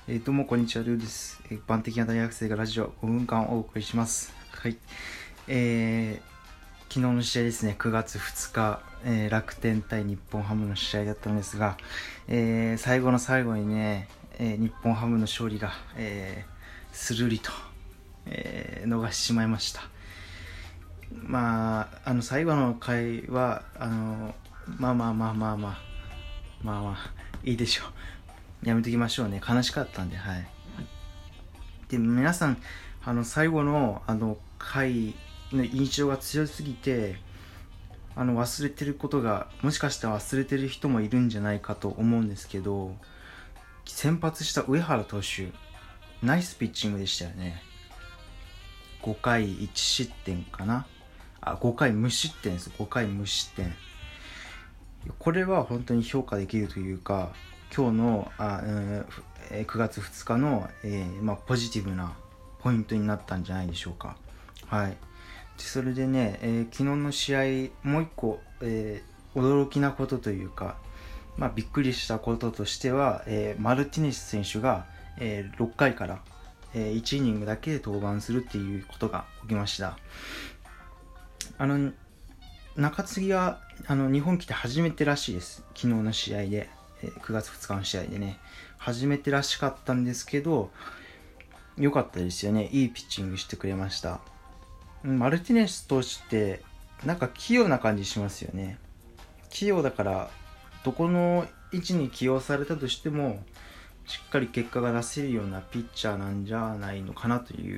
どうもこんにちは、ルーです。一般的な大学生がラジオ5分間をお送りします。はい。昨日の試合ですね、9月2日、楽天対日本ハムの試合だったんですが、最後の最後にね、日本ハムの勝利が、するりと、逃してしまいました。最後の回は、いいでしょう。やめときましょうね。悲しかったんで、はい。で、皆さん、最後の、回の印象が強すぎて、忘れてることが、もしかしたら忘れてる人もいるんじゃないかと思うんですけど、先発した上原投手、ナイスピッチングでしたよね。5回1失点かな。5回無失点です。5回無失点。これは本当に評価できるというか、今日の9月2日の、ポジティブなポイントになったんじゃないでしょうか。はい。でそれでね、昨日の試合、もう一個、驚きなことというか、びっくりしたこととしては、マルティネス選手が、6回から、1イニングだけで登板するっていうことが起きました。中継ぎは日本来て初めてらしいです。昨日の試合で、9月2日の試合でね、初めてらしかったんですけど、良かったですよね。いいピッチングしてくれました。マルティネス投手ってなんか器用な感じしますよね。器用だからどこの位置に起用されたとしてもしっかり結果が出せるようなピッチャーなんじゃないのかなという、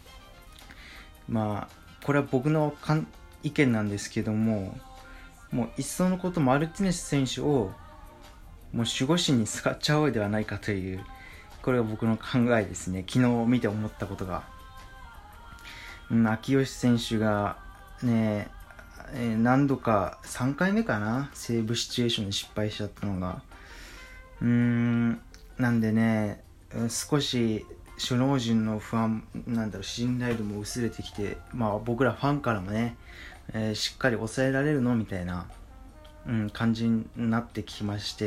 これは僕の意見なんですけども、もういっそのことマルティネス選手をもう守護神に使っちゃおうではないかという、これが僕の考えですね。昨日見て思ったことが、秋吉選手がね、何度か3回目かな、セーブシチュエーションで失敗しちゃったのが、なんでね、少し首脳陣の信頼度も薄れてきて、僕らファンからもね、しっかり抑えられるのみたいな、感じになってきまして、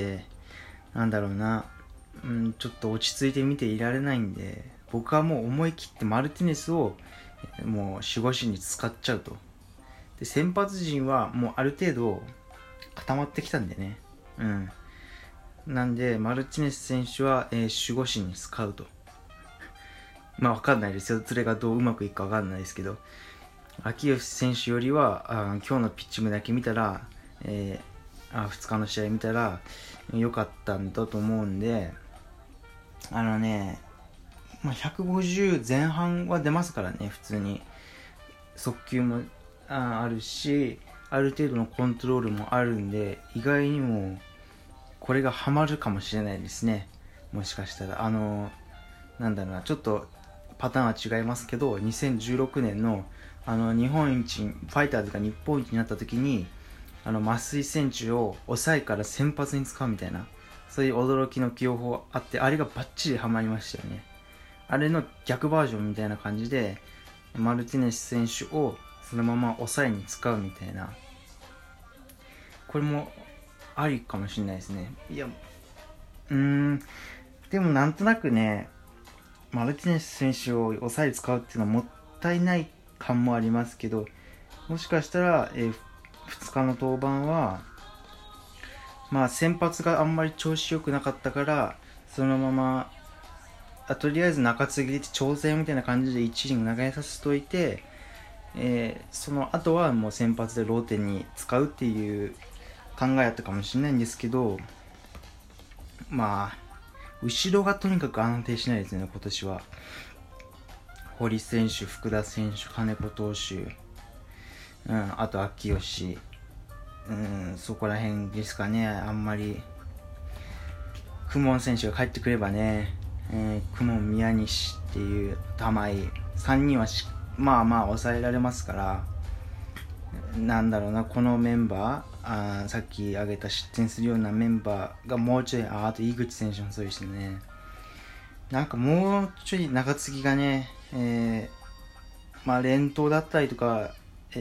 ちょっと落ち着いて見ていられないんで、僕はもう思い切ってマルティネスをもう守護神に使っちゃうと。で、先発陣はもうある程度固まってきたんでね。なんで、マルティネス選手は、守護神に使うと。わかんないですよ。それがどううまくいくかわかんないですけど、秋吉選手よりは今日のピッチングだけ見たら、2日の試合見たら良かったんだと思うんで、150前半は出ますからね、普通に。速球もあるし、ある程度のコントロールもあるんで、意外にもこれがハマるかもしれないですね。もしかしたらちょっとパターンは違いますけど、2016年の日本一、ファイターズが日本一になった時に増井選手を抑えから先発に使うみたいな、そういう驚きの起用法あって、あれがバッチリハマりましたよね。あれの逆バージョンみたいな感じで、マルティネス選手をそのまま抑えに使うみたいな、これもありかもしれないですね。でもなんとなくね、マルティネス選手を抑えに使うっていうのはもったいない感もありますけど、もしかしたら、2日の登板は先発があんまり調子良くなかったから、そのままとりあえず中継ぎで調整みたいな感じで1イニング投げさせといて、その後はもう先発でローテに使うっていう考えやったかもしれないんですけど、後ろがとにかく安定しないですね、今年は。堀選手、福田選手、金子投手、あと秋吉、そこら辺ですかね。あんまり公文選手が帰ってくればね、公文、宮西っていう玉井3人は抑えられますから、このメンバー、さっき挙げた失点するようなメンバーがもうちょい、あと井口選手もそうですね。もうちょい中継ぎがね、連投だったりとか、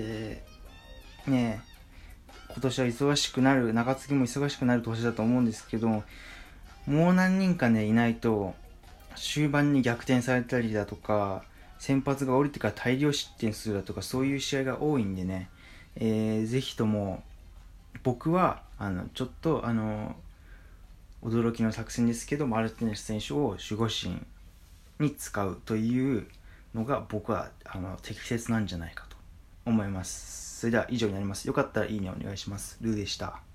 今年は忙しくなる、中継ぎも忙しくなる年だと思うんですけど、もう何人かねいないと終盤に逆転されたりだとか、先発が降りてから大量失点するだとか、そういう試合が多いんでね、ぜひとも僕はちょっと驚きの作戦ですけど、マルティネス選手を守護神に使うというのが僕は適切なんじゃないかと思います。それでは以上になります。よかったらいいねお願いします。ルーでした。